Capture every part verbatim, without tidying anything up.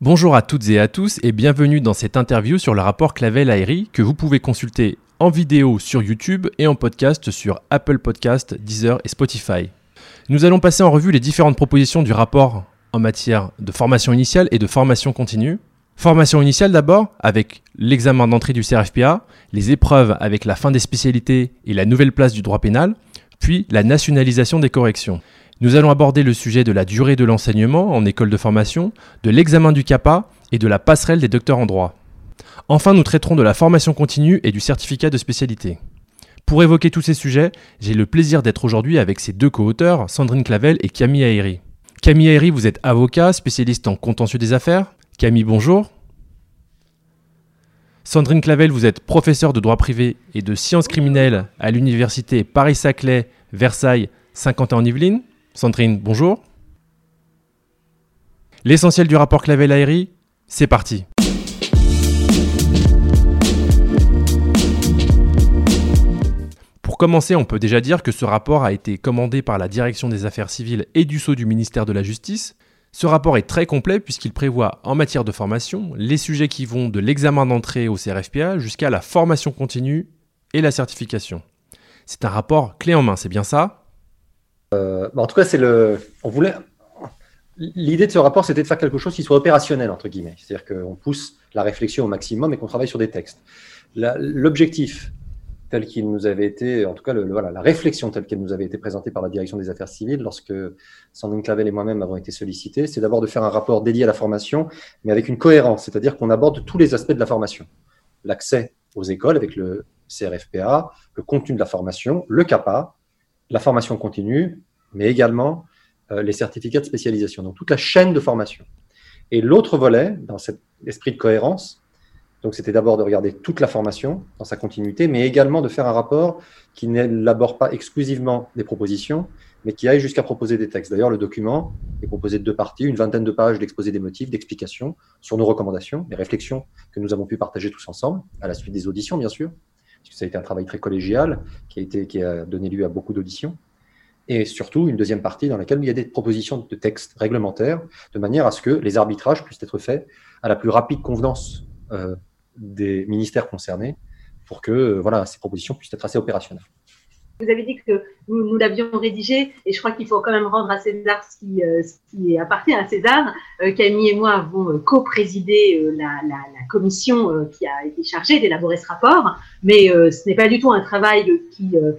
Bonjour à toutes et à tous et bienvenue dans cette interview sur le rapport Clavel-Haëry que vous pouvez consulter en vidéo sur YouTube et en podcast sur Apple Podcasts, Deezer et Spotify. Nous allons passer en revue les différentes propositions du rapport en matière de formation initiale et de formation continue. Formation initiale d'abord, avec l'examen d'entrée du C R F P A, les épreuves avec la fin des spécialités et la nouvelle place du droit pénal, puis la nationalisation des corrections. Nous allons aborder le sujet de la durée de l'enseignement en école de formation, de l'examen du CAPA et de la passerelle des docteurs en droit. Enfin, nous traiterons de la formation continue et du certificat de spécialité. Pour évoquer tous ces sujets, j'ai le plaisir d'être aujourd'hui avec ses deux co-auteurs, Sandrine Clavel et Camille Haëry. Camille Haëry, vous êtes avocat, spécialiste en contentieux des affaires. Camille, bonjour. Sandrine Clavel, vous êtes professeure de droit privé et de sciences criminelles à l'université Paris-Saclay, Versailles, Saint-Quentin-en-Yvelines. Sandrine, bonjour. L'essentiel du rapport Clavel-Haëry, c'est parti. Pour commencer, on peut déjà dire que ce rapport a été commandé par la Direction des Affaires civiles et du Sceau du ministère de la Justice. Ce rapport est très complet puisqu'il prévoit en matière de formation les sujets qui vont de l'examen d'entrée au C R F P A jusqu'à la formation continue et la certification. C'est un rapport clé en main, c'est bien ça ? Euh, en tout cas, c'est le. On voulait. L'idée de ce rapport, c'était de faire quelque chose qui soit opérationnel entre guillemets, c'est-à-dire qu'on pousse la réflexion au maximum et qu'on travaille sur des textes. La, l'objectif tel qu'il nous avait été, en tout cas, le, le, voilà, la réflexion telle qu'elle nous avait été présentée par la Direction des Affaires civiles, lorsque Sandrine Clavel et moi-même avons été sollicités, c'est d'abord de faire un rapport dédié à la formation, mais avec une cohérence, c'est-à-dire qu'on aborde tous les aspects de la formation, l'accès aux écoles avec le C R F P A, le contenu de la formation, le CAPA, la formation continue, mais également euh, les certificats de spécialisation, donc toute la chaîne de formation. Et l'autre volet, dans cet esprit de cohérence, donc c'était d'abord de regarder toute la formation dans sa continuité, mais également de faire un rapport qui n'élabore pas exclusivement des propositions, mais qui aille jusqu'à proposer des textes. D'ailleurs, le document est composé de deux parties, une vingtaine de pages d'exposé des motifs, d'explications sur nos recommandations, des réflexions que nous avons pu partager tous ensemble, à la suite des auditions, bien sûr, puisque ça a été un travail très collégial qui a, été, qui a donné lieu à beaucoup d'auditions. Et surtout, une deuxième partie dans laquelle il y a des propositions de textes réglementaires, de manière à ce que les arbitrages puissent être faits à la plus rapide convenance euh, des ministères concernés, pour que euh, voilà, ces propositions puissent être assez opérationnelles. Vous avez dit que nous, nous l'avions rédigé, et je crois qu'il faut quand même rendre à César ce qui, euh, ce qui appartient à César. Euh, Camille et moi avons euh, co-présidé euh, la, la, la commission euh, qui a été chargée d'élaborer ce rapport, mais euh, ce n'est pas du tout un travail qui euh,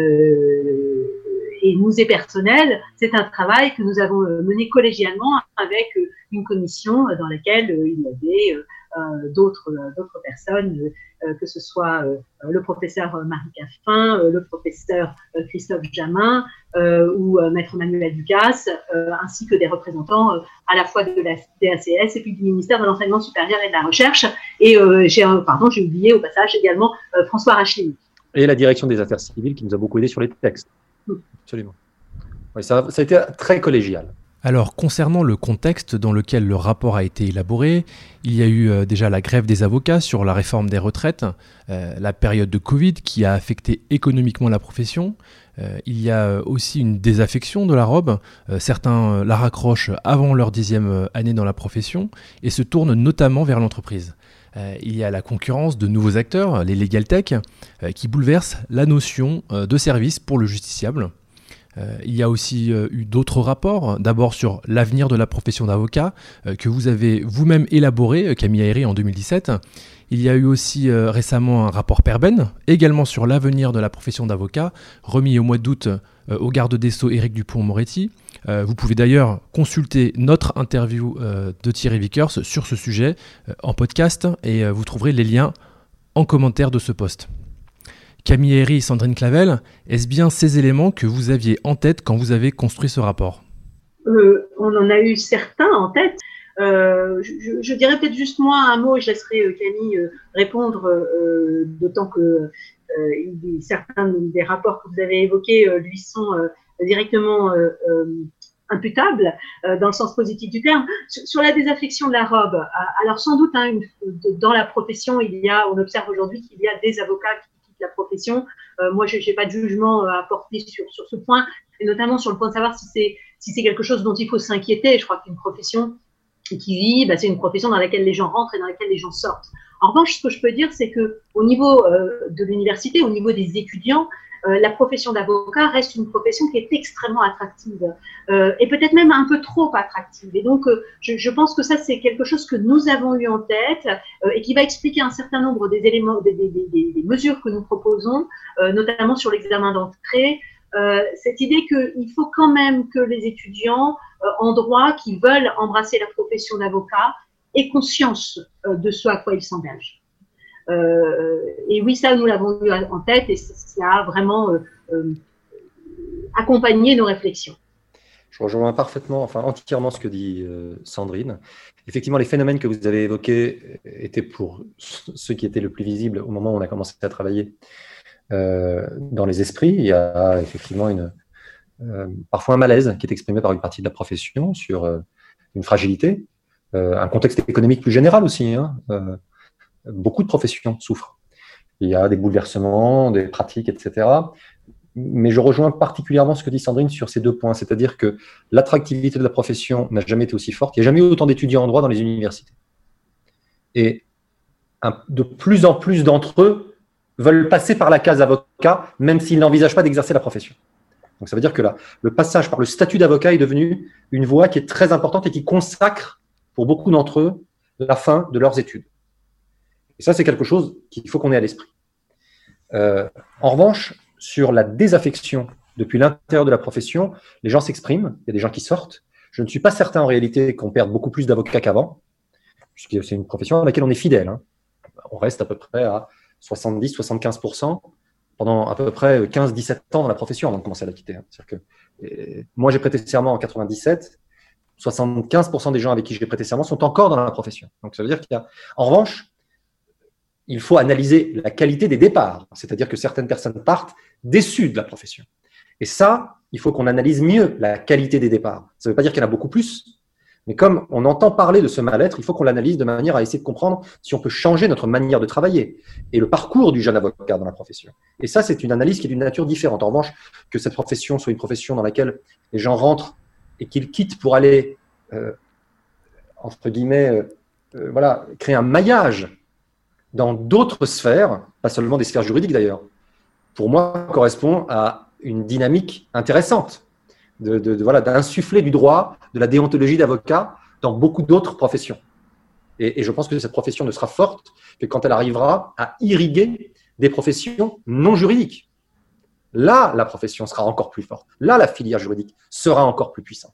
euh, est, nous est personnel, c'est un travail que nous avons euh, mené collégialement avec euh, une commission euh, dans laquelle euh, il y avait euh, euh, d'autres, euh, d'autres personnes, euh, que ce soit euh, le professeur Marie Caffin, euh, le professeur euh, Christophe Jamin euh, ou euh, maître Manuel Ducasse, euh, ainsi que des représentants euh, à la fois de la D A C S et puis du ministère de l'Enseignement supérieur et de la Recherche. Et euh, j'ai, euh, pardon, j'ai oublié au passage également euh, François Rachlini. Et la Direction des Affaires civiles qui nous a beaucoup aidé sur les textes. Mmh. Absolument. Oui, ça, ça a été très collégial. Alors, concernant le contexte dans lequel le rapport a été élaboré, il y a eu euh, déjà la grève des avocats sur la réforme des retraites, euh, la période de Covid qui a affecté économiquement la profession. Euh, il y a aussi une désaffection de la robe. Euh, certains euh, la raccrochent avant leur dixième année dans la profession et se tournent notamment vers l'entreprise. Euh, il y a la concurrence de nouveaux acteurs, les legal tech, euh, qui bouleversent la notion euh, de service pour le justiciable. Euh, il y a aussi euh, eu d'autres rapports, d'abord sur l'avenir de la profession d'avocat, euh, que vous avez vous-même élaboré, Camille Haëry, en deux mille dix-sept. Il y a eu aussi euh, récemment un rapport Perben, également sur l'avenir de la profession d'avocat, remis au mois d'août euh, au garde des Sceaux Éric Dupond-Moretti. Euh, vous pouvez d'ailleurs consulter notre interview euh, de Thierry Vickers sur ce sujet euh, en podcast et euh, vous trouverez les liens en commentaire de ce post. Camille Haëry et Sandrine Clavel, est-ce bien ces éléments que vous aviez en tête quand vous avez construit ce rapport ? euh, On en a eu certains en tête. Euh, je, je dirais peut-être juste moi un mot et je laisserai euh, Camille euh, répondre, euh, d'autant que euh, il, certains des rapports que vous avez évoqués euh, lui sont euh, directement euh, euh, imputables euh, dans le sens positif du terme. Sur, sur la désaffection de la robe, alors sans doute hein, une, dans la profession, il y a, on observe aujourd'hui qu'il y a des avocats qui la profession. Euh, moi, je n'ai pas de jugement à apporter sur, sur ce point, et notamment sur le point de savoir si c'est si c'est quelque chose dont il faut s'inquiéter. Je crois qu'une profession qui dit bah, c'est une profession dans laquelle les gens rentrent et dans laquelle les gens sortent. En revanche, ce que je peux dire, c'est qu'au niveau euh, de l'université, au niveau des étudiants, euh, la profession d'avocat reste une profession qui est extrêmement attractive euh, et peut-être même un peu trop attractive. Et donc, euh, je, je pense que ça, c'est quelque chose que nous avons eu en tête euh, et qui va expliquer un certain nombre des éléments, des, des, des, des mesures que nous proposons, euh, notamment sur l'examen d'entrée. Euh, cette idée qu'il faut quand même que les étudiants euh, en droit qui veulent embrasser la profession d'avocat aient conscience euh, de ce à quoi ils s'engagent. Euh, et oui, ça, nous l'avons eu en tête et ça a vraiment euh, euh, accompagné nos réflexions. Je rejoins parfaitement, enfin entièrement ce que dit euh, Sandrine. Effectivement, les phénomènes que vous avez évoqués étaient pour ceux qui étaient le plus visibles au moment où on a commencé à travailler euh, dans les esprits. Il y a effectivement une, euh, parfois un malaise qui est exprimé par une partie de la profession sur euh, une fragilité, euh, un contexte économique plus général aussi. Hein, euh, beaucoup de professions souffrent. Il y a des bouleversements, des pratiques, et cetera. Mais je rejoins particulièrement ce que dit Sandrine sur ces deux points, c'est-à-dire que l'attractivité de la profession n'a jamais été aussi forte. Il n'y a jamais eu autant d'étudiants en droit dans les universités. Et un, de plus en plus d'entre eux veulent passer par la case avocat, même s'ils n'envisagent pas d'exercer la profession. Donc ça veut dire que là, le passage par le statut d'avocat est devenu une voie qui est très importante et qui consacre, pour beaucoup d'entre eux, la fin de leurs études. Et ça, c'est quelque chose qu'il faut qu'on ait à l'esprit. Euh, en revanche, sur la désaffection depuis l'intérieur de la profession, les gens s'expriment, il y a des gens qui sortent. Je ne suis pas certain en réalité qu'on perde beaucoup plus d'avocats qu'avant, puisque c'est une profession à laquelle on est fidèle. Hein. On reste à peu près à soixante-dix à soixante-quinze pour cent pendant à peu près quinze à dix-sept ans dans la profession avant de commencer à la quitter. Hein. C'est-à-dire que, et, moi, j'ai prêté serment en quatre-vingt-dix-sept, soixante-quinze pour cent des gens avec qui j'ai prêté serment sont encore dans la profession. Donc ça veut dire qu'il y a… En revanche, il faut analyser la qualité des départs, c'est-à-dire que certaines personnes partent déçues de la profession. Et ça, il faut qu'on analyse mieux la qualité des départs. Ça ne veut pas dire qu'il y en a beaucoup plus, mais comme on entend parler de ce mal-être, il faut qu'on l'analyse de manière à essayer de comprendre si on peut changer notre manière de travailler et le parcours du jeune avocat dans la profession. Et ça, c'est une analyse qui est d'une nature différente. En revanche, que cette profession soit une profession dans laquelle les gens rentrent et qu'ils quittent pour aller, euh, entre guillemets, euh, euh, voilà, créer un maillage dans d'autres sphères, pas seulement des sphères juridiques d'ailleurs, pour moi, correspond à une dynamique intéressante de, de, de, voilà, d'insuffler du droit, de la déontologie d'avocat dans beaucoup d'autres professions. Et, et je pense que cette profession ne sera forte que quand elle arrivera à irriguer des professions non juridiques. Là, la profession sera encore plus forte. Là, la filière juridique sera encore plus puissante.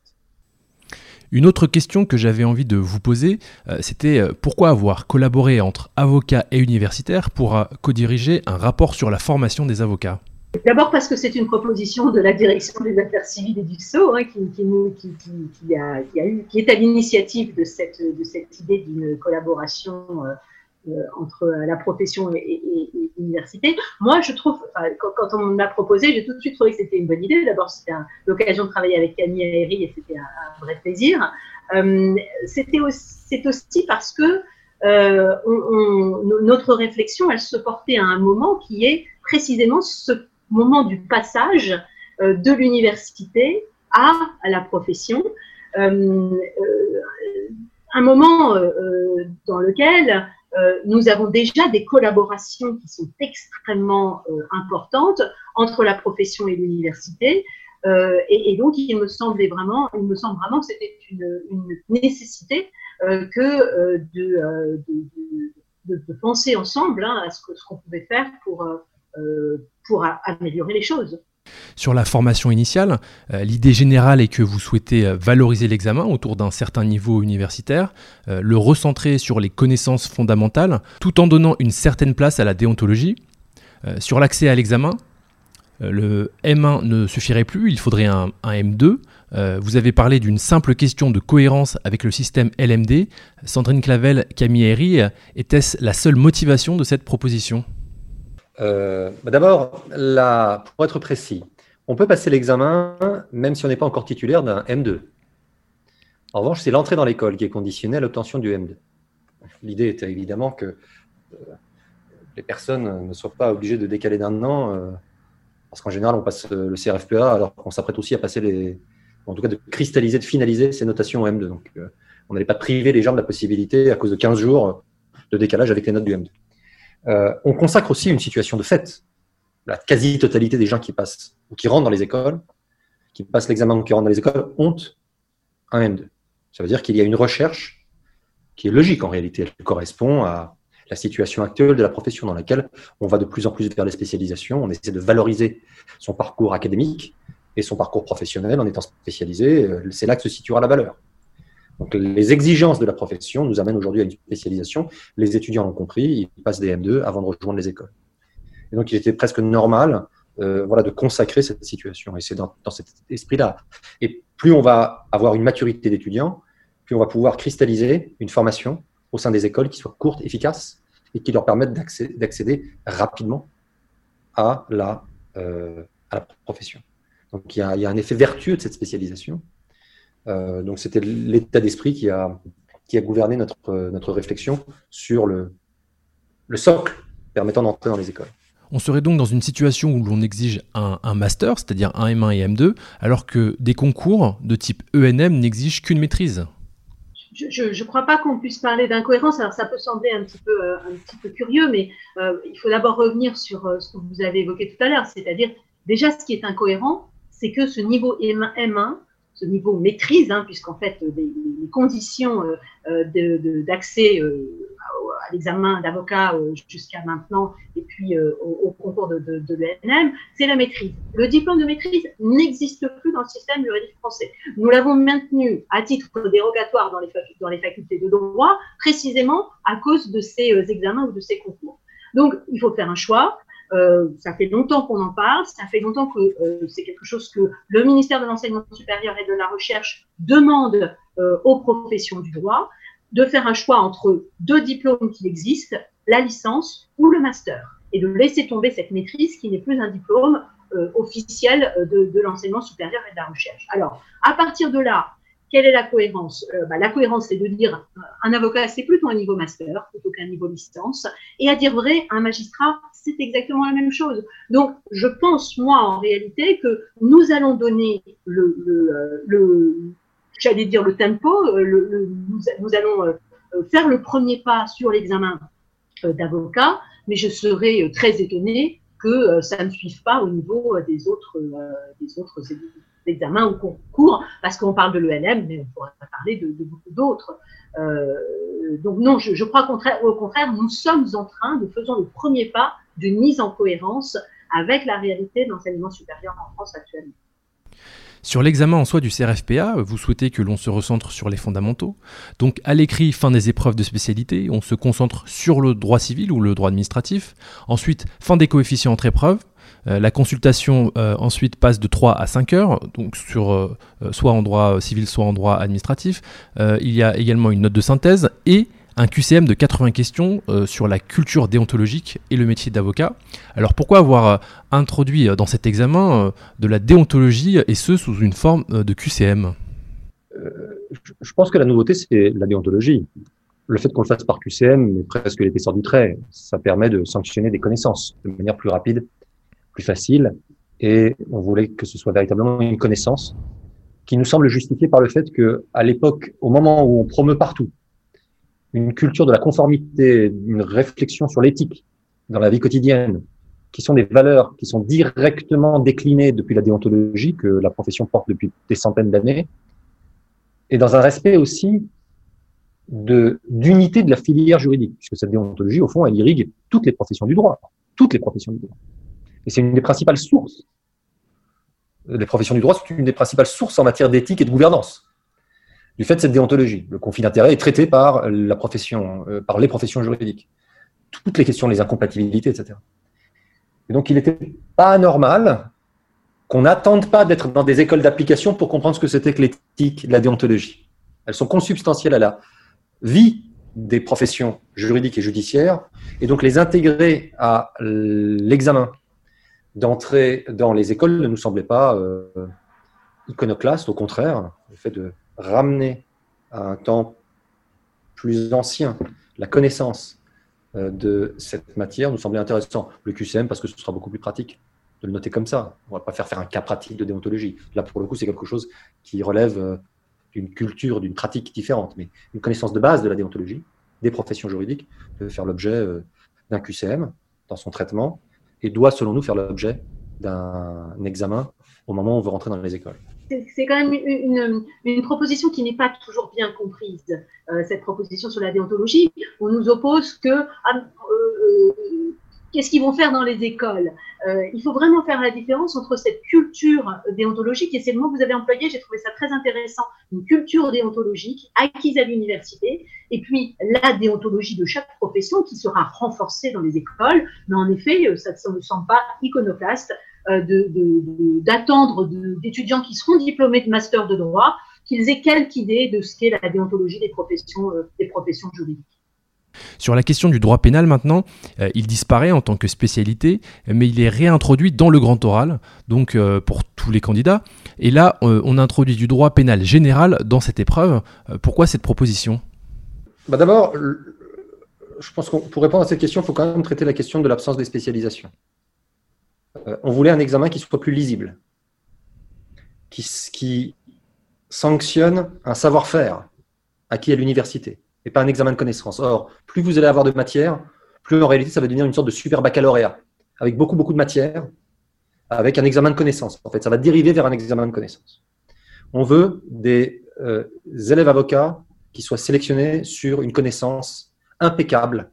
Une autre question que j'avais envie de vous poser, euh, c'était euh, pourquoi avoir collaboré entre avocats et universitaires pour euh, co-diriger un rapport sur la formation des avocats ? D'abord parce que c'est une proposition de la direction des affaires civiles et du S O hein, qui, qui, nous, qui, qui, qui, a, qui, a eu, qui est à l'initiative de cette, de cette idée d'une collaboration euh, euh, entre la profession et, et, et l'université. Moi, je trouve, enfin, quand, quand on m'a proposé, j'ai tout de suite trouvé que c'était une bonne idée. D'abord, c'était un, l'occasion de travailler avec Camille Aéry et c'était un, un vrai plaisir. Euh, c'était aussi, c'est aussi parce que euh, on, on, notre réflexion, elle se portait à un moment qui est précisément ce moment du passage euh, de l'université à, à la profession. Euh, euh, un moment euh, dans lequel euh, nous avons déjà des collaborations qui sont extrêmement euh, importantes entre la profession et l'université. Euh, et, et donc, il me semblait vraiment, il me semble vraiment que c'était une, une nécessité euh, que euh, de, euh, de, de, de penser ensemble hein, à ce, que, ce qu'on pouvait faire pour, euh, pour a, améliorer les choses. Sur la formation initiale, euh, l'idée générale est que vous souhaitez euh, valoriser l'examen autour d'un certain niveau universitaire, euh, le recentrer sur les connaissances fondamentales, tout en donnant une certaine place à la déontologie. Euh, sur l'accès à l'examen, euh, le M un ne suffirait plus, il faudrait un, un M deux. Euh, vous avez parlé d'une simple question de cohérence avec le système L M D. Sandrine Clavel, Camille Aéry, était-ce la seule motivation de cette proposition ? Euh, bah d'abord, la, pour être précis, on peut passer l'examen même si on n'est pas encore titulaire d'un M deux. En revanche, c'est l'entrée dans l'école qui est conditionnée à l'obtention du M deux. L'idée était évidemment que euh, les personnes ne soient pas obligées de décaler d'un an, euh, parce qu'en général, on passe le C R F P A alors qu'on s'apprête aussi à passer les, en tout cas de cristalliser, de finaliser ces notations au M deux. Donc, euh, On n'allait pas priver les gens de la possibilité, à cause de quinze jours de décalage avec les notes du M deux. Euh, on consacre aussi une situation de fait. La quasi-totalité des gens qui passent ou qui rentrent dans les écoles, qui passent l'examen ou qui rentrent dans les écoles, ont un M deux. Ça veut dire qu'il y a une recherche qui est logique en réalité. Elle correspond à la situation actuelle de la profession dans laquelle on va de plus en plus vers les spécialisations. On essaie de valoriser son parcours académique et son parcours professionnel en étant spécialisé. C'est là que se situera la valeur. Donc, les exigences de la profession nous amènent aujourd'hui à une spécialisation. Les étudiants l'ont compris, ils passent des M deux avant de rejoindre les écoles. Et donc, il était presque normal euh, voilà, de consacrer cette situation. Et c'est dans, dans cet esprit-là. Et plus on va avoir une maturité d'étudiants, plus on va pouvoir cristalliser une formation au sein des écoles qui soit courte, efficace, et qui leur permette d'accéder, d'accéder rapidement à la, euh, à la profession. Donc, il y, a, il y a un effet vertueux de cette spécialisation. Euh, donc, c'était l'état d'esprit qui a, qui a gouverné notre, notre réflexion sur le, le socle permettant d'entrer dans les écoles. On serait donc dans une situation où l'on exige un, un master, c'est-à-dire un M un et M deux, alors que des concours de type E N M n'exigent qu'une maîtrise. Je ne crois pas qu'on puisse parler d'incohérence. Alors, ça peut sembler un petit peu, euh, un petit peu curieux, mais euh, il faut d'abord revenir sur euh, ce que vous avez évoqué tout à l'heure, c'est-à-dire, déjà, ce qui est incohérent, c'est que ce niveau M un, ce niveau maîtrise, hein, puisqu'en fait, les, les conditions euh, de, de, d'accès euh, à l'examen d'avocat euh, jusqu'à maintenant, et puis euh, au, au concours de, de, de l'E N M, c'est la maîtrise. Le diplôme de maîtrise n'existe plus dans le système juridique français. Nous l'avons maintenu à titre dérogatoire dans les, dans les facultés de droit, précisément à cause de ces euh, examens ou de ces concours. Donc, il faut faire un choix. Euh, ça fait longtemps qu'on en parle, ça fait longtemps que euh, c'est quelque chose que le ministère de l'Enseignement supérieur et de la Recherche demande euh, aux professions du droit, de faire un choix entre deux diplômes qui existent, la licence ou le master, et de laisser tomber cette maîtrise qui n'est plus un diplôme euh, officiel de, de l'enseignement supérieur et de la recherche. Alors, à partir de là, quelle est la cohérence? euh, bah, La cohérence, c'est de dire euh, un avocat, c'est plutôt un niveau master plutôt qu'un niveau licence. Et à dire vrai, un magistrat, c'est exactement la même chose. Donc, je pense, moi, en réalité, que nous allons donner le, le, le j'allais dire le tempo, le, le, nous, nous allons euh, faire le premier pas sur l'examen euh, d'avocat, mais je serais euh, très étonnée que euh, ça ne suive pas au niveau euh, des autres, euh, des autres examens ou concours, parce qu'on parle de l'E N M, mais on pourrait parler de, de beaucoup d'autres. Euh, donc non, je, je crois qu'au contraire, au contraire, nous sommes en train de faisons le premier pas d'une mise en cohérence avec la réalité de l'enseignement supérieur en France actuellement. Sur l'examen en soi du C R F P A, vous souhaitez que l'on se recentre sur les fondamentaux. Donc à l'écrit, fin des épreuves de spécialité, on se concentre sur le droit civil ou le droit administratif. Ensuite, fin des coefficients entre épreuves. Euh, la consultation euh, ensuite passe de trois à cinq heures, donc sur, euh, soit en droit civil, soit en droit administratif. Euh, il y a également une note de synthèse et un Q C M de quatre-vingts questions euh, sur la culture déontologique et le métier d'avocat. Alors pourquoi avoir euh, introduit euh, dans cet examen euh, de la déontologie et ce sous une forme euh, de Q C M? euh, Je pense que la nouveauté, c'est la déontologie. Le fait qu'on le fasse par Q C M est presque l'épaisseur du trait. Ça permet de sanctionner des connaissances de manière plus rapide, plus facile, et on voulait que ce soit véritablement une connaissance qui nous semble justifiée par le fait que, à l'époque, au moment où on promeut partout une culture de la conformité, une réflexion sur l'éthique dans la vie quotidienne, qui sont des valeurs qui sont directement déclinées depuis la déontologie que la profession porte depuis des centaines d'années, et dans un respect aussi de d'unité de la filière juridique, puisque cette déontologie, au fond, elle irrigue toutes les professions du droit, toutes les professions du droit. Et c'est une des principales sources. Les professions du droit sont une des principales sources en matière d'éthique et de gouvernance. Du fait de cette déontologie, le conflit d'intérêts est traité par la profession, euh, par les professions juridiques. Toutes les questions, les incompatibilités, et cetera. Et donc, il n'était pas anormal qu'on n'attende pas d'être dans des écoles d'application pour comprendre ce que c'était que l'éthique, la déontologie. Elles sont consubstantielles à la vie des professions juridiques et judiciaires, et donc les intégrer à l'examen d'entrée dans les écoles ne nous semblait pas euh, iconoclaste, au contraire, le fait de ramener à un temps plus ancien la connaissance euh, de cette matière nous semblait intéressant. Le Q C M, parce que ce sera beaucoup plus pratique de le noter comme ça. On ne va pas faire faire un cas pratique de déontologie. Là, pour le coup, c'est quelque chose qui relève euh, d'une culture, d'une pratique différente, mais une connaissance de base de la déontologie, des professions juridiques, peut faire l'objet euh, d'un Q C M dans son traitement et doit, selon nous, faire l'objet d'un examen au moment où on veut rentrer dans les écoles. C'est quand même une, une, une proposition qui n'est pas toujours bien comprise, euh, cette proposition sur la déontologie. On nous oppose que ah, euh, qu'est-ce qu'ils vont faire dans les écoles. euh, Il faut vraiment faire la différence entre cette culture déontologique, et c'est le mot que vous avez employé, j'ai trouvé ça très intéressant, une culture déontologique acquise à l'université, et puis la déontologie de chaque profession qui sera renforcée dans les écoles. Mais en effet, ça ne me semble pas iconoclaste d'attendre de, de, de, d'étudiants qui seront diplômés de master de droit qu'ils aient quelque idée de ce qu'est la déontologie des professions, euh, des professions juridiques. Sur la question du droit pénal maintenant, euh, il disparaît en tant que spécialité, mais il est réintroduit dans le grand oral, donc euh, pour tous les candidats. Et là, euh, on introduit du droit pénal général dans cette épreuve. Euh, pourquoi cette proposition ? Bah D'abord, je pense que pour répondre à cette question, il faut quand même traiter la question de l'absence des spécialisations. Euh, on voulait un examen qui soit plus lisible, qui, qui sanctionne un savoir-faire acquis à l'université, et pas un examen de connaissances. Or, plus vous allez avoir de matière, plus en réalité, ça va devenir une sorte de super baccalauréat, avec beaucoup, beaucoup de matière, avec un examen de connaissances. En fait, ça va dériver vers un examen de connaissances. On veut des euh, élèves avocats qui soient sélectionnés sur une connaissance impeccable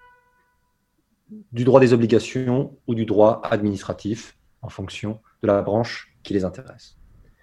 du droit des obligations ou du droit administratif, en fonction de la branche qui les intéresse.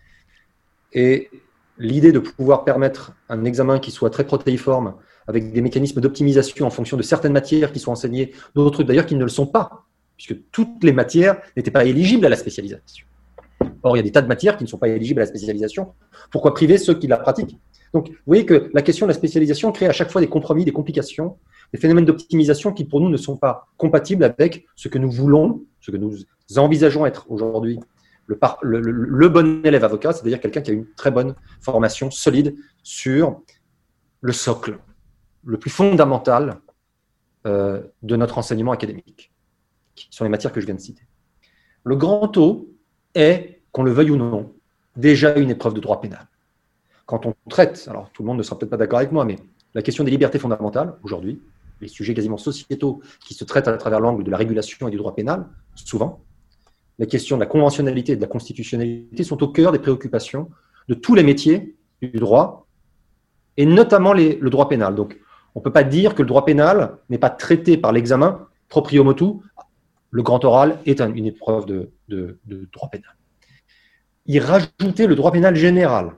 Et l'idée de pouvoir permettre un examen qui soit très protéiforme, avec des mécanismes d'optimisation en fonction de certaines matières qui sont enseignées, d'autres d'ailleurs qui ne le sont pas, puisque toutes les matières n'étaient pas éligibles à la spécialisation. Or, il y a des tas de matières qui ne sont pas éligibles à la spécialisation. Pourquoi priver ceux qui la pratiquent ? Donc, vous voyez que la question de la spécialisation crée à chaque fois des compromis, des complications, des phénomènes d'optimisation qui, pour nous, ne sont pas compatibles avec ce que nous voulons, ce que nous envisageons être aujourd'hui le, par, le, le, le bon élève avocat, c'est-à-dire quelqu'un qui a une très bonne formation solide sur le socle, le plus fondamental euh, de notre enseignement académique, qui sont les matières que je viens de citer. Le grand O est, qu'on le veuille ou non, déjà une épreuve de droit pénal. Quand on traite, alors tout le monde ne sera peut-être pas d'accord avec moi, mais la question des libertés fondamentales, aujourd'hui, les sujets quasiment sociétaux qui se traitent à travers l'angle de la régulation et du droit pénal, souvent, les questions de la conventionnalité et de la constitutionnalité sont au cœur des préoccupations de tous les métiers du droit, et notamment les, le droit pénal. Donc, on ne peut pas dire que le droit pénal n'est pas traité par l'examen proprio motu. Le grand oral est un, une épreuve de, de, de droit pénal. Y rajouter le droit pénal général,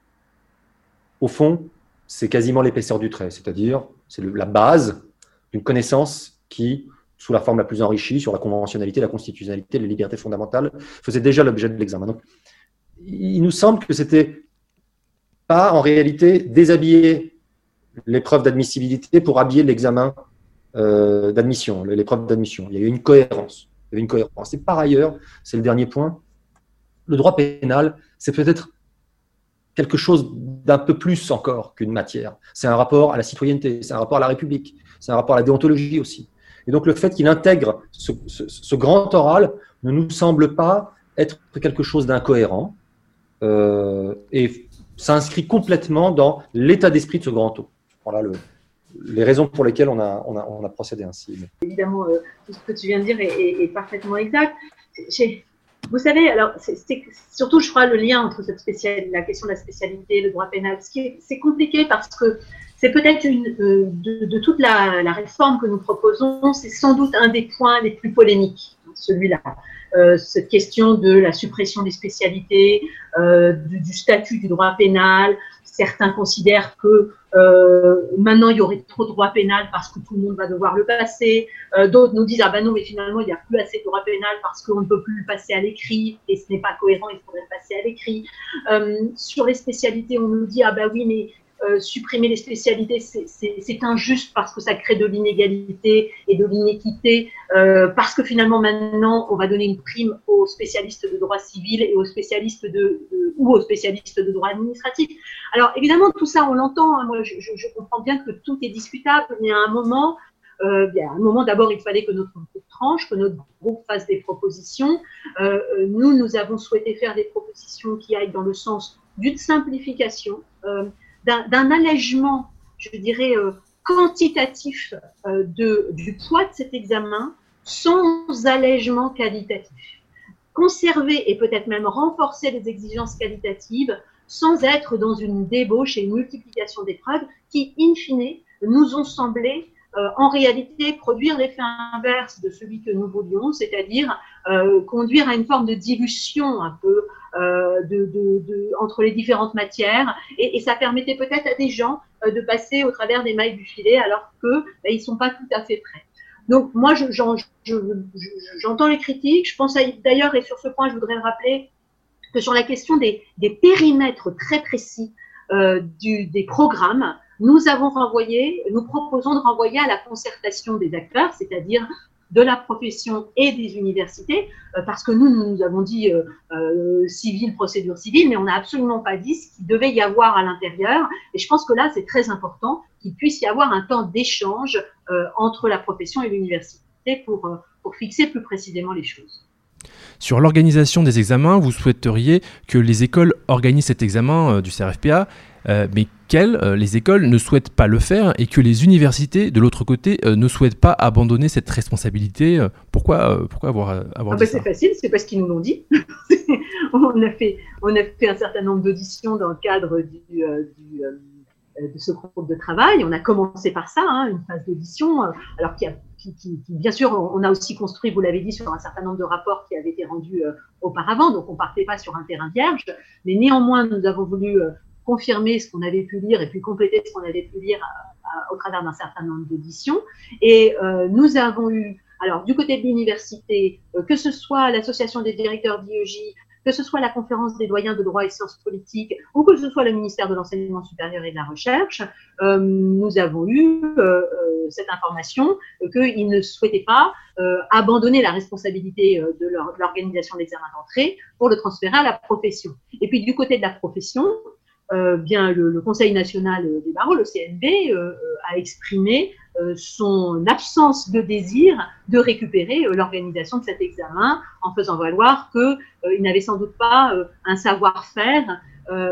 au fond, c'est quasiment l'épaisseur du trait, c'est-à-dire c'est la base d'une connaissance qui, sous la forme la plus enrichie, sur la conventionnalité, la constitutionnalité, les libertés fondamentales, faisait déjà l'objet de l'examen. Donc, il nous semble que c'était pas en réalité déshabiller l'épreuve d'admissibilité pour habiller l'examen euh, d'admission, l'épreuve d'admission. Il y a eu une cohérence. Il y avait une cohérence. Et par ailleurs, c'est le dernier point, le droit pénal, c'est peut-être quelque chose d'un peu plus encore qu'une matière. C'est un rapport à la citoyenneté, c'est un rapport à la République, c'est un rapport à la déontologie aussi. Et donc le fait qu'il intègre ce, ce, ce grand oral ne nous semble pas être quelque chose d'incohérent euh, et s'inscrit complètement dans l'état d'esprit de ce grand O. Voilà le, les raisons pour lesquelles on a, on a, on a procédé ainsi. Évidemment, euh, tout ce que tu viens de dire est, est, est parfaitement exact. J'ai... Vous savez, alors c'est, c'est surtout, je crois, le lien entre cette spécial, la question de la spécialité, le droit pénal. Ce qui est, c'est compliqué parce que c'est peut-être une euh, de, de toute la, la réforme que nous proposons, c'est sans doute un des points les plus polémiques, celui-là. Euh, cette question de la suppression des spécialités, euh, du, du statut du droit pénal. Certains considèrent que euh, maintenant il y aurait trop de droit pénal parce que tout le monde va devoir le passer. Euh, d'autres nous disent ah ben non, mais finalement il n'y a plus assez de droit pénal parce qu'on ne peut plus le passer à l'écrit et ce n'est pas cohérent, il faudrait le passer à l'écrit. Euh, sur les spécialités, on nous dit ah ben oui, mais Euh, supprimer les spécialités, c'est, c'est, c'est injuste parce que ça crée de l'inégalité et de l'inéquité, euh, parce que finalement maintenant on va donner une prime aux spécialistes de droit civil et aux spécialistes de, de ou aux spécialistes de droit administratif. Alors évidemment tout ça on l'entend, hein, moi je, je, je comprends bien que tout est discutable, mais à un moment, euh, bien, à un moment d'abord il fallait que notre groupe tranche, que notre groupe fasse des propositions. Euh, nous, nous avons souhaité faire des propositions qui aillent dans le sens d'une simplification euh, d'un, d'un allègement, je dirais, euh, quantitatif euh, de, du poids de cet examen sans allègement qualitatif. Conserver et peut-être même renforcer les exigences qualitatives sans être dans une débauche et une multiplication d'épreuves qui, in fine, nous ont semblé euh, en réalité produire l'effet inverse de celui que nous voulions, c'est-à-dire euh, conduire à une forme de dilution un peu euh, de, de, de, entre les différentes matières, et, et ça permettait peut-être à des gens euh, de passer au travers des mailles du filet alors que ben, ils ne sont pas tout à fait prêts. Donc moi, je, j'en, je, je, j'entends les critiques, je pense à, d'ailleurs, et sur ce point, je voudrais le rappeler, que sur la question des, des périmètres très précis euh, du, des programmes, nous avons renvoyé, nous proposons de renvoyer à la concertation des acteurs, c'est-à-dire de la profession et des universités, euh, parce que nous, nous, nous avons dit euh, euh, civile, procédure civile, mais on n'a absolument pas dit ce qu'il devait y avoir à l'intérieur. Et je pense que là, c'est très important qu'il puisse y avoir un temps d'échange euh, entre la profession et l'université pour, euh, pour fixer plus précisément les choses. Sur l'organisation des examens, vous souhaiteriez que les écoles organisent cet examen euh, du C R F P A, euh, mais qu'elles, euh, les écoles, ne souhaitent pas le faire et que les universités, de l'autre côté, euh, ne souhaitent pas abandonner cette responsabilité. Euh, pourquoi, euh, pourquoi avoir, avoir ah dit bah ça ? C'est facile, c'est parce qu'ils nous l'ont dit. on, a fait, on a fait un certain nombre d'auditions dans le cadre du, euh, du, euh, de ce groupe de travail. On a commencé par ça, hein, une phase d'audition, euh, alors qu'il y a Qui, qui, qui, bien sûr, on a aussi construit, vous l'avez dit, sur un certain nombre de rapports qui avaient été rendus euh, auparavant, donc on ne partait pas sur un terrain vierge, mais néanmoins, nous avons voulu euh, confirmer ce qu'on avait pu lire et puis compléter ce qu'on avait pu lire à, à, au travers d'un certain nombre d'auditions. Et euh, nous avons eu, alors du côté de l'université, euh, que ce soit l'association des directeurs d'I E J, que ce soit la conférence des doyens de droit et sciences politiques, ou que ce soit le ministère de l'enseignement supérieur et de la recherche, euh, nous avons eu euh, euh, cette information euh, qu'ils ne souhaitaient pas euh, abandonner la responsabilité euh, de, leur, de l'organisation de l'examen d'entrée pour le transférer à la profession. Et puis du côté de la profession, euh, bien le, le Conseil national des barreaux, le C N B, euh, a exprimé euh, son absence de désir de récupérer euh, l'organisation de cet examen en faisant valoir qu'il euh, n'avait sans doute pas euh, un savoir-faire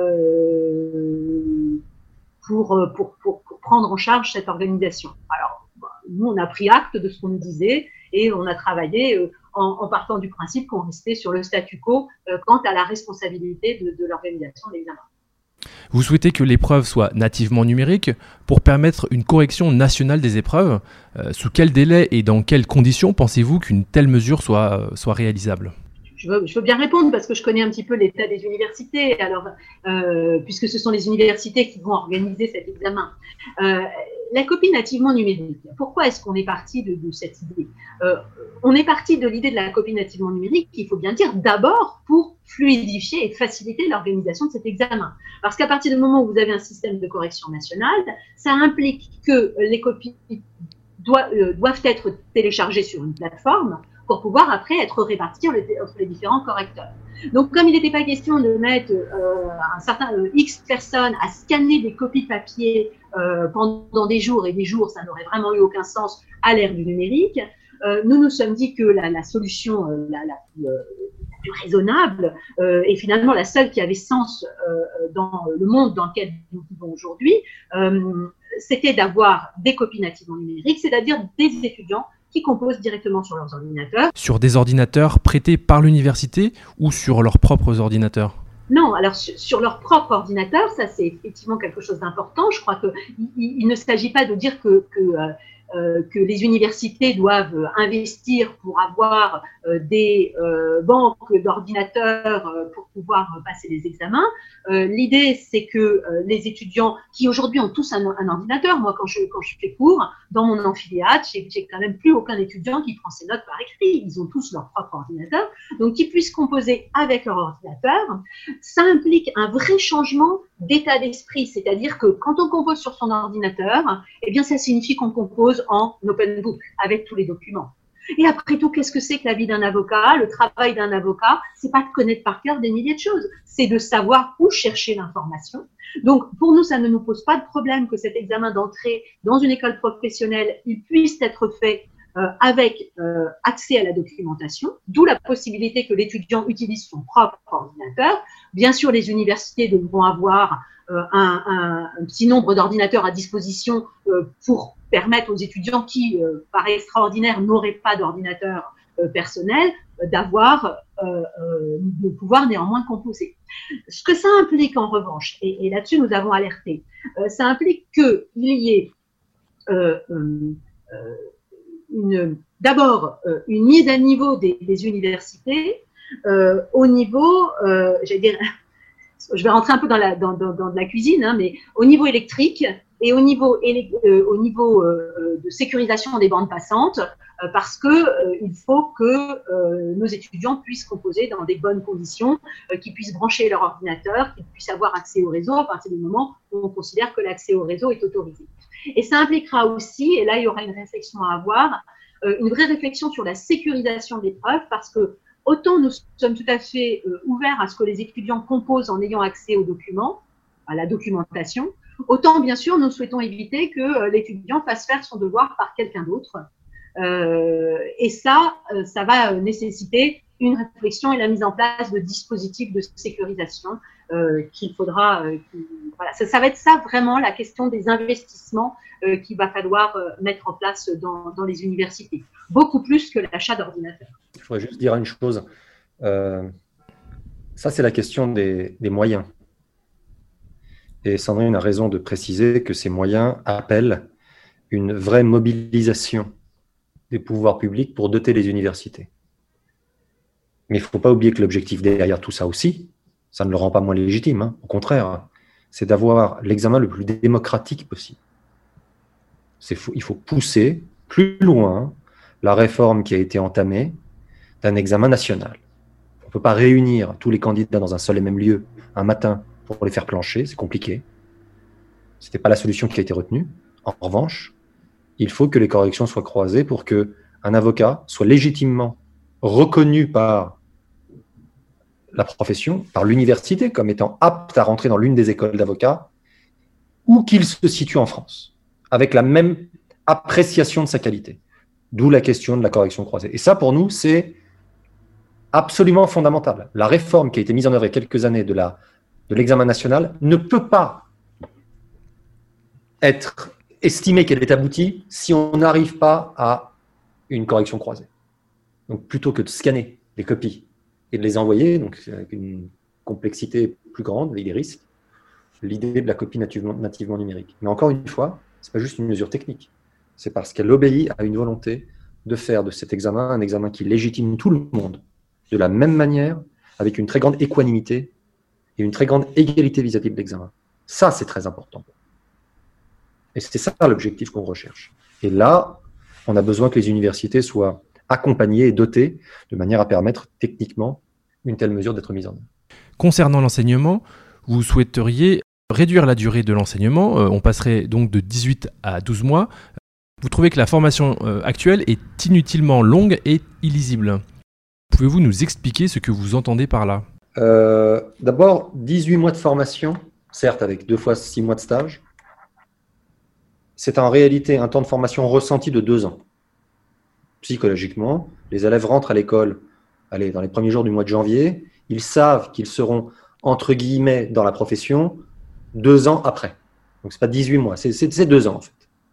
euh, pour, pour, pour, pour prendre en charge cette organisation. Alors, nous, on a pris acte de ce qu'on nous disait et on a travaillé euh, en, en partant du principe qu'on restait sur le statu quo euh, quant à la responsabilité de, de l'organisation de l'examen. Vous souhaitez que l'épreuve soit nativement numérique pour permettre une correction nationale des épreuves. Euh, sous quel délai et dans quelles conditions pensez-vous qu'une telle mesure soit, soit réalisable ? Je veux, je veux bien répondre parce que je connais un petit peu l'état des universités, alors, euh, puisque ce sont les universités qui vont organiser cet examen. Euh, la copie nativement numérique, pourquoi est-ce qu'on est parti de, de cette idée ? euh, On est parti de l'idée de la copie nativement numérique, il faut bien dire, d'abord pour fluidifier et faciliter l'organisation de cet examen. Parce qu'à partir du moment où vous avez un système de correction nationale, ça implique que les copies doivent, euh, doivent être téléchargées sur une plateforme pour pouvoir après être réparties entre les différents correcteurs. Donc, comme il n'était pas question de mettre euh, un certain euh, X personnes à scanner des copies papier euh, pendant des jours et des jours, ça n'aurait vraiment eu aucun sens à l'ère du numérique, euh, nous nous sommes dit que la, la solution euh, la, la, plus, euh, la plus raisonnable euh, et finalement la seule qui avait sens euh, dans le monde dans lequel nous vivons aujourd'hui, euh, c'était d'avoir des copies nativement numériques, c'est-à-dire des étudiants qui composent directement sur leurs ordinateurs. Sur des ordinateurs prêtés par l'université ou sur leurs propres ordinateurs ? Non, alors sur, sur leur propre ordinateur, ça c'est effectivement quelque chose d'important. Je crois qu'il il, il ne s'agit pas de dire que, que, euh, euh, que les universités doivent investir pour avoir euh, des euh, banques d'ordinateurs euh, pour pouvoir passer les examens. Euh, l'idée, c'est que euh, les étudiants qui aujourd'hui ont tous un, un ordinateur, moi quand je, quand je fais cours, dans mon amphithéâtre, j'ai, j'ai quand même plus aucun étudiant qui prend ses notes par écrit, ils ont tous leur propre ordinateur, donc qu'ils puissent composer avec leur ordinateur. Ça implique un vrai changement d'état d'esprit, c'est-à-dire que quand on compose sur son ordinateur, eh bien ça signifie qu'on compose en open book, avec tous les documents. Et après tout, qu'est-ce que c'est que la vie d'un avocat ? Le travail d'un avocat, c'est pas de connaître par cœur des milliers de choses, c'est de savoir où chercher l'information. Donc, pour nous, ça ne nous pose pas de problème que cet examen d'entrée dans une école professionnelle, il puisse être fait euh, avec euh, accès à la documentation, d'où la possibilité que l'étudiant utilise son propre ordinateur. Bien sûr, les universités devront avoir euh, un, un, un petit nombre d'ordinateurs à disposition euh, pour permettre aux étudiants qui, euh, par extraordinaire, n'auraient pas d'ordinateur euh, personnel, euh, d'avoir, euh, euh, de pouvoir néanmoins composer. Ce que ça implique en revanche, et, et là-dessus nous avons alerté, euh, ça implique qu'il y ait euh, euh, une, d'abord euh, une mise à niveau des, des universités euh, au niveau, euh, j'allais dire, je vais rentrer un peu dans la, dans, dans, dans de la cuisine, hein, mais au niveau électrique et au niveau, euh, au niveau euh, de sécurisation des bandes passantes, euh, parce que euh, il faut que euh, nos étudiants puissent composer dans des bonnes conditions, euh, qu'ils puissent brancher leur ordinateur, qu'ils puissent avoir accès au réseau à partir du moment où on considère que l'accès au réseau est autorisé. Et ça impliquera aussi, et là il y aura une réflexion à avoir, euh, une vraie réflexion sur la sécurisation des preuves, parce que autant nous sommes tout à fait euh, ouverts à ce que les étudiants composent en ayant accès aux documents, à la documentation, autant bien sûr nous souhaitons éviter que euh, l'étudiant fasse faire son devoir par quelqu'un d'autre. Euh, et ça, euh, ça va nécessiter une réflexion et la mise en place de dispositifs de sécurisation euh, qu'il faudra. Euh, qui, voilà, ça, ça va être ça vraiment la question des investissements euh, qu'il va falloir euh, mettre en place dans, dans les universités, beaucoup plus que l'achat d'ordinateurs. Je voudrais juste dire une chose. Euh, ça, c'est la question des, des moyens. Et Sandrine a raison de préciser que ces moyens appellent une vraie mobilisation des pouvoirs publics pour doter les universités. Mais il ne faut pas oublier que l'objectif derrière tout ça aussi, ça ne le rend pas moins légitime, hein. Au contraire, c'est d'avoir l'examen le plus démocratique possible. C'est fou, il faut pousser plus loin la réforme qui a été entamée d'un examen national. On ne peut pas réunir tous les candidats dans un seul et même lieu un matin pour les faire plancher, c'est compliqué. Ce n'était pas la solution qui a été retenue. En revanche, il faut que les corrections soient croisées pour qu'un avocat soit légitimement reconnu par la profession, par l'université, comme étant apte à rentrer dans l'une des écoles d'avocats, où qu'il se situe en France, avec la même appréciation de sa qualité. D'où la question de la correction croisée. Et ça, pour nous, c'est absolument fondamental. La réforme qui a été mise en œuvre il y a quelques années de la, de l'examen national ne peut pas être estimée qu'elle est aboutie si on n'arrive pas à une correction croisée. Donc, plutôt que de scanner les copies et de les envoyer, donc avec une complexité plus grande et des risques, l'idée de la copie nativement, nativement numérique. Mais encore une fois, ce n'est pas juste une mesure technique. C'est parce qu'elle obéit à une volonté de faire de cet examen un examen qui légitime tout le monde de la même manière, avec une très grande équanimité et une très grande égalité vis-à-vis de l'examen. Ça, c'est très important. Et c'est ça l'objectif qu'on recherche. Et là, on a besoin que les universités soient accompagnées et dotées de manière à permettre techniquement une telle mesure d'être mise en œuvre. Concernant l'enseignement, vous souhaiteriez réduire la durée de l'enseignement. Euh, on passerait donc de dix-huit à douze mois. Vous trouvez que la formation euh, actuelle est inutilement longue et illisible. Pouvez-vous nous expliquer ce que vous entendez par là ? euh, D'abord, dix-huit mois de formation, certes avec deux fois six mois de stage. C'est en réalité un temps de formation ressenti de deux ans. Psychologiquement, les élèves rentrent à l'école allez, dans les premiers jours du mois de janvier. Ils savent qu'ils seront, entre guillemets, dans la profession deux ans après. Donc, ce n'est pas dix-huit mois, c'est, c'est, c'est deux ans en fait.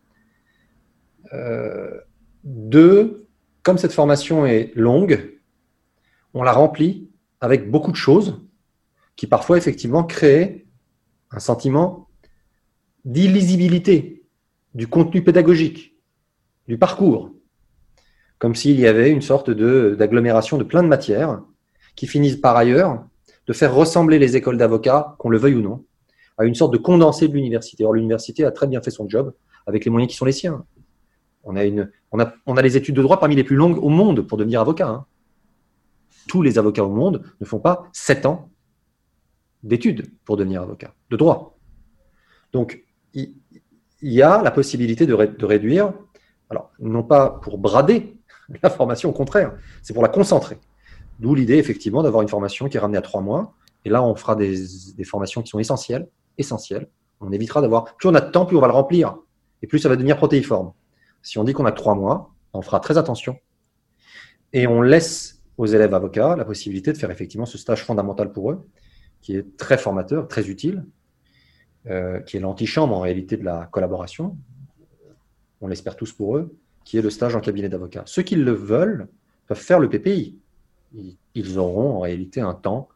Euh, deux, comme cette formation est longue, on la remplit avec beaucoup de choses qui parfois effectivement créent un sentiment d'illisibilité du contenu pédagogique, du parcours, comme s'il y avait une sorte de, d'agglomération de plein de matières qui finissent par ailleurs de faire ressembler les écoles d'avocats, qu'on le veuille ou non, à une sorte de condensé de l'université. Or, l'université a très bien fait son job avec les moyens qui sont les siens. On a, une, on a, on a les études de droit parmi les plus longues au monde pour devenir avocat. Hein. Tous les avocats au monde ne font pas sept ans d'études pour devenir avocat, de droit. Donc, il, il y a la possibilité de, ré, de réduire, alors non pas pour brader la formation, au contraire, c'est pour la concentrer. D'où l'idée, effectivement, d'avoir une formation qui est ramenée à trois mois. Et là, on fera des, des formations qui sont essentielles, essentielles. On évitera d'avoir… Plus on a de temps, plus on va le remplir. Et plus ça va devenir protéiforme. Si on dit qu'on a que trois mois, on fera très attention. Et on laisse aux élèves avocats la possibilité de faire effectivement ce stage fondamental pour eux, qui est très formateur, très utile, euh, qui est l'antichambre en réalité de la collaboration, on l'espère tous pour eux, qui est le stage en cabinet d'avocat. Ceux qui le veulent peuvent faire le P P I. Ils auront en réalité un temps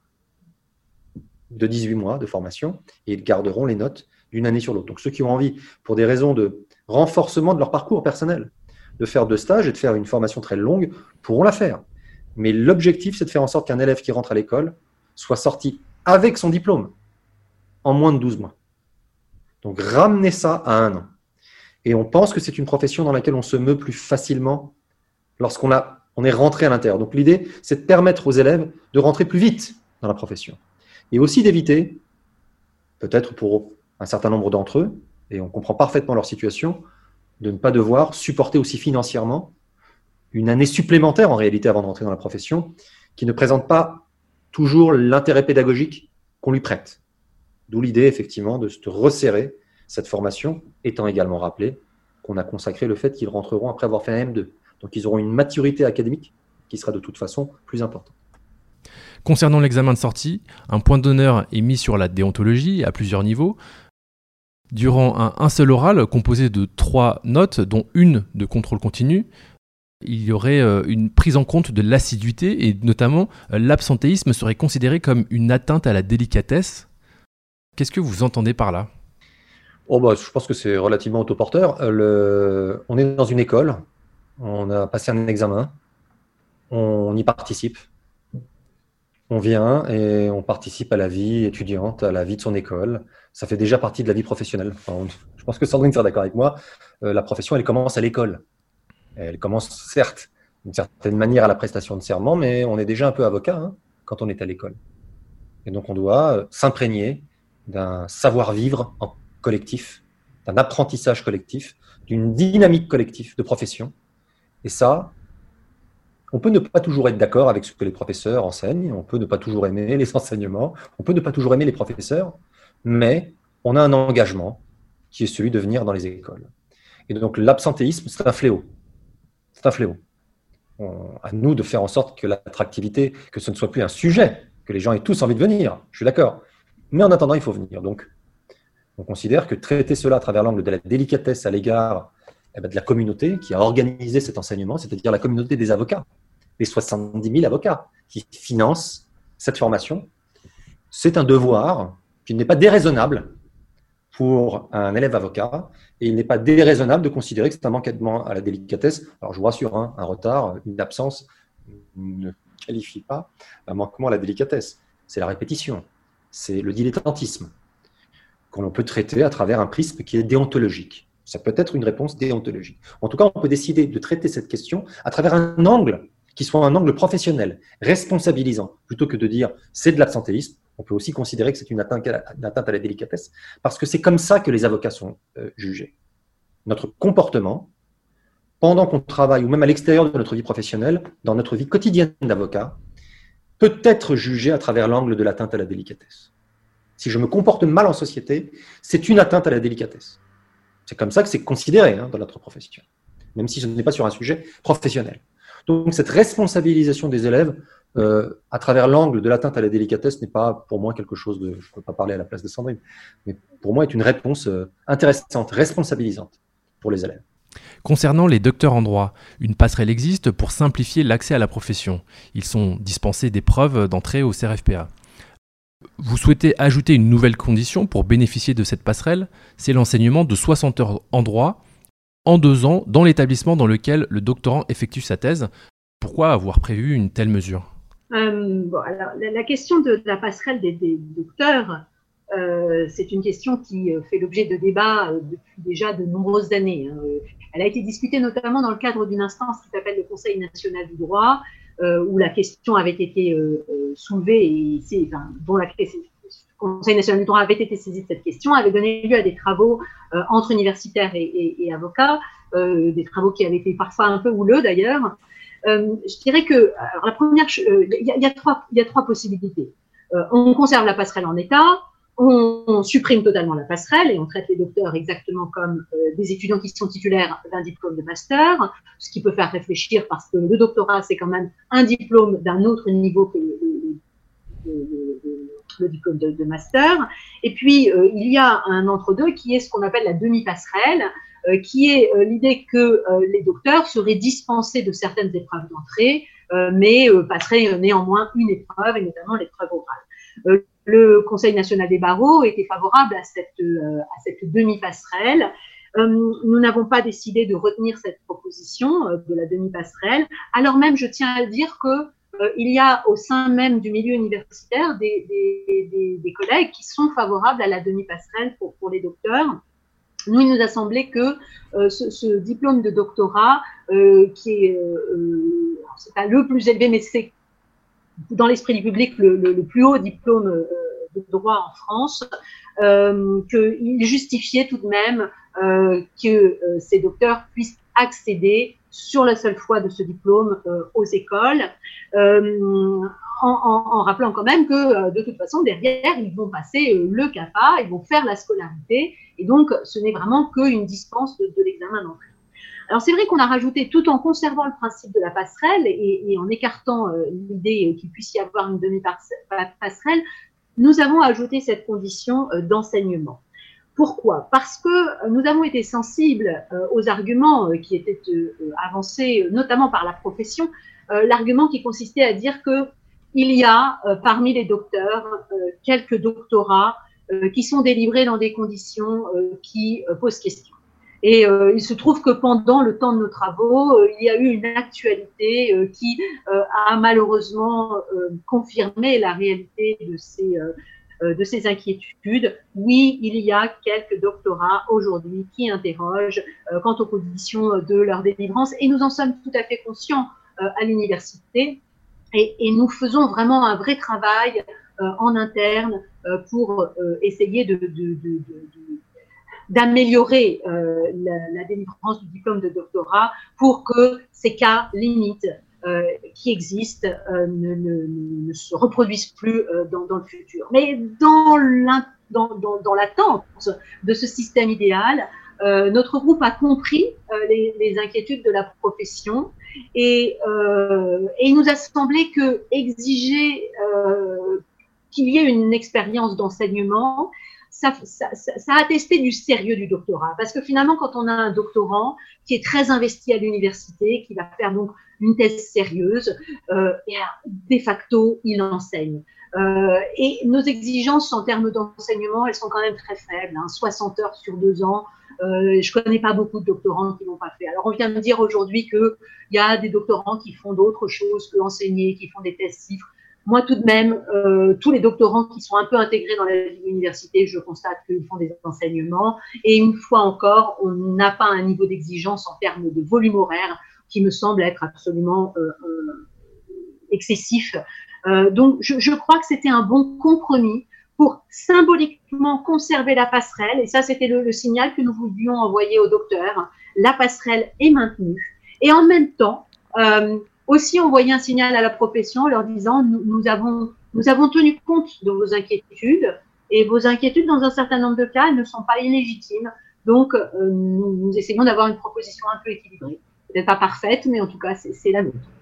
de dix-huit mois de formation et ils garderont les notes d'une année sur l'autre. Donc ceux qui ont envie, pour des raisons de renforcement de leur parcours personnel, de faire deux stages et de faire une formation très longue, pourront la faire. Mais l'objectif, c'est de faire en sorte qu'un élève qui rentre à l'école soit sorti avec son diplôme en moins de douze mois. Donc ramener ça à un an. Et on pense que c'est une profession dans laquelle on se meut plus facilement lorsqu'on a, on est rentré à l'intérieur. Donc l'idée, c'est de permettre aux élèves de rentrer plus vite dans la profession. Et aussi d'éviter, peut-être pour un certain nombre d'entre eux, et on comprend parfaitement leur situation, de ne pas devoir supporter aussi financièrement une année supplémentaire en réalité avant de rentrer dans la profession, qui ne présente pas toujours l'intérêt pédagogique qu'on lui prête. D'où l'idée effectivement de se resserrer cette formation, étant également rappelé qu'on a consacré le fait qu'ils rentreront après avoir fait un M deux. Donc ils auront une maturité académique qui sera de toute façon plus importante. Concernant l'examen de sortie, un point d'honneur est mis sur la déontologie à plusieurs niveaux. Durant un, un seul oral composé de trois notes, dont une de contrôle continu, il y aurait euh, une prise en compte de l'assiduité et notamment euh, l'absentéisme serait considéré comme une atteinte à la délicatesse. Qu'est-ce que vous entendez par là ? Oh bah, je pense que c'est relativement autoporteur. Euh, le... On est dans une école, on a passé un examen, on y participe. On vient et on participe à la vie étudiante, à la vie de son école. Ça fait déjà partie de la vie professionnelle. Enfin, on... Je pense que Sandrine sera d'accord avec moi. Euh, la profession, elle commence à l'école. Elle commence, certes, d'une certaine manière à la prestation de serment, mais on est déjà un peu avocat hein, quand on est à l'école. Et donc, on doit euh, s'imprégner d'un savoir-vivre en collectif, d'un apprentissage collectif, d'une dynamique collective de profession. Et ça, on peut ne pas toujours être d'accord avec ce que les professeurs enseignent, on peut ne pas toujours aimer les enseignements, on peut ne pas toujours aimer les professeurs, mais on a un engagement qui est celui de venir dans les écoles. Et donc l'absentéisme, c'est un fléau. C'est un fléau. On, à nous de faire en sorte que l'attractivité, que ce ne soit plus un sujet, que les gens aient tous envie de venir, je suis d'accord. Mais en attendant, il faut venir. Donc, on considère que traiter cela à travers l'angle de la délicatesse à l'égard eh bien, de la communauté qui a organisé cet enseignement, c'est-à-dire la communauté des avocats, les soixante-dix mille avocats qui financent cette formation, c'est un devoir qui n'est pas déraisonnable pour un élève avocat et il n'est pas déraisonnable de considérer que c'est un manquement à la délicatesse. Alors je vous rassure, hein, un retard, une absence ne qualifie pas un manquement à la délicatesse. C'est la répétition, c'est le dilettantisme qu'on peut traiter à travers un prisme qui est déontologique. Ça peut être une réponse déontologique. En tout cas, on peut décider de traiter cette question à travers un angle qui soit un angle professionnel, responsabilisant, plutôt que de dire c'est de l'absentéisme. On peut aussi considérer que c'est une atteinte à la, une atteinte à la délicatesse, parce que c'est comme ça que les avocats sont euh, jugés. Notre comportement, pendant qu'on travaille, ou même à l'extérieur de notre vie professionnelle, dans notre vie quotidienne d'avocat, peut être jugé à travers l'angle de l'atteinte à la délicatesse. Si je me comporte mal en société, c'est une atteinte à la délicatesse. C'est comme ça que c'est considéré hein, dans notre profession, même si ce n'est pas sur un sujet professionnel. Donc cette responsabilisation des élèves euh, à travers l'angle de l'atteinte à la délicatesse n'est pas pour moi quelque chose de, je ne peux pas parler à la place de Sandrine, mais pour moi est une réponse euh, intéressante, responsabilisante pour les élèves. Concernant les docteurs en droit, une passerelle existe pour simplifier l'accès à la profession. Ils sont dispensés d'épreuves d'entrée au C R F P A. Vous souhaitez ajouter une nouvelle condition pour bénéficier de cette passerelle, c'est l'enseignement de soixante heures en droit en deux ans dans l'établissement dans lequel le doctorant effectue sa thèse. Pourquoi avoir prévu une telle mesure ? euh, bon, alors, la, la question de, de la passerelle des, des docteurs, euh, c'est une question qui fait l'objet de débats depuis déjà de nombreuses années. Hein. Elle a été discutée notamment dans le cadre d'une instance qui s'appelle le Conseil national du droit, euh, où la question avait été euh, soulevée et c'est, enfin, dont la le Conseil national du droit avait été saisi de cette question, avait donné lieu à des travaux euh, entre universitaires et, et, et avocats, euh, des travaux qui avaient été parfois un peu houleux d'ailleurs. Euh, je dirais que alors la première, il euh, y, y a trois, il y a trois possibilités. Euh, on conserve la passerelle en état, on, on supprime totalement la passerelle et on traite les docteurs exactement comme euh, des étudiants qui sont titulaires d'un diplôme de master, ce qui peut faire réfléchir parce que le doctorat c'est quand même un diplôme d'un autre niveau que le, le le, le, le diplôme de, de master. Et puis, euh, il y a un entre-deux qui est ce qu'on appelle la demi-passerelle, euh, qui est euh, l'idée que euh, les docteurs seraient dispensés de certaines épreuves d'entrée, euh, mais euh, passeraient néanmoins une épreuve, et notamment l'épreuve orale. Euh, le Conseil national des barreaux était favorable à cette, euh, à cette demi-passerelle. Euh, nous n'avons pas décidé de retenir cette proposition euh, de la demi-passerelle, alors même, je tiens à le dire, que euh, il y a au sein même du milieu universitaire des, des, des, des collègues qui sont favorables à la demi-passerelle pour, pour les docteurs. Nous, il nous a semblé que euh, ce, ce diplôme de doctorat, euh, qui est, euh, c'est pas le plus élevé, mais c'est dans l'esprit du public le, le, le plus haut diplôme euh, de droit en France, euh, qu'il justifiait tout de même euh, que euh, ces docteurs puissent accéder sur la seule foi de ce diplôme euh, aux écoles, euh, en, en, en rappelant quand même que euh, de toute façon derrière ils vont passer euh, le CAPA, ils vont faire la scolarité, et donc ce n'est vraiment qu'une dispense de, de l'examen d'entrée. Alors c'est vrai qu'on a rajouté, tout en conservant le principe de la passerelle et, et en écartant euh, l'idée qu'il puisse y avoir une demi-passerelle, nous avons ajouté cette condition euh, d'enseignement. Pourquoi? Parce que nous avons été sensibles euh, aux arguments euh, qui étaient euh, avancés, notamment par la profession, euh, l'argument qui consistait à dire que il y a euh, parmi les docteurs euh, quelques doctorats euh, qui sont délivrés dans des conditions euh, qui euh, posent question. Et euh, il se trouve que pendant le temps de nos travaux, euh, il y a eu une actualité euh, qui euh, a malheureusement euh, confirmé la réalité de ces, euh, de ces inquiétudes. Oui, il y a quelques doctorats aujourd'hui qui interrogent euh, quant aux conditions de leur délivrance, et nous en sommes tout à fait conscients euh, à l'université, et, et nous faisons vraiment un vrai travail euh, en interne euh, pour euh, essayer de, de, de, de, de d'améliorer euh, la, la délivrance du diplôme de doctorat pour que ces cas limites euh, qui existent euh, ne, ne, ne se reproduisent plus euh, dans, dans le futur. Mais dans l'attente de ce système idéal, euh, notre groupe a compris euh, les, les inquiétudes de la profession, et, euh, et il nous a semblé que exiger euh, qu'il y ait une expérience d'enseignement, Ça, ça, ça a attesté du sérieux du doctorat. Parce que finalement, quand on a un doctorant qui est très investi à l'université, qui va faire donc une thèse sérieuse, euh, et de facto, il enseigne. Euh, et nos exigences en termes d'enseignement, elles sont quand même très faibles, hein, soixante heures sur deux ans. Euh, je connais pas beaucoup de doctorants qui l'ont pas fait. Alors, on vient de dire aujourd'hui qu'il y a des doctorants qui font d'autres choses que enseigner, qui font des thèses chiffres. Moi, tout de même, euh, tous les doctorants qui sont un peu intégrés dans la vie de l'université, je constate qu'ils font des enseignements. Et une fois encore, on n'a pas un niveau d'exigence en termes de volume horaire qui me semble être absolument euh, euh, excessif. Euh, donc, je, je crois que c'était un bon compromis pour symboliquement conserver la passerelle. Et ça, c'était le, le signal que nous voulions envoyer aux docteurs. La passerelle est maintenue. Et en même temps, euh, aussi envoyer un signal à la profession en leur disant nous, nous, avons, nous avons tenu compte de vos inquiétudes, et vos inquiétudes, dans un certain nombre de cas, elles ne sont pas illégitimes. Donc, euh, nous, nous essayons d'avoir une proposition un peu équilibrée. Peut-être pas parfaite, mais en tout cas, c'est la nôtre.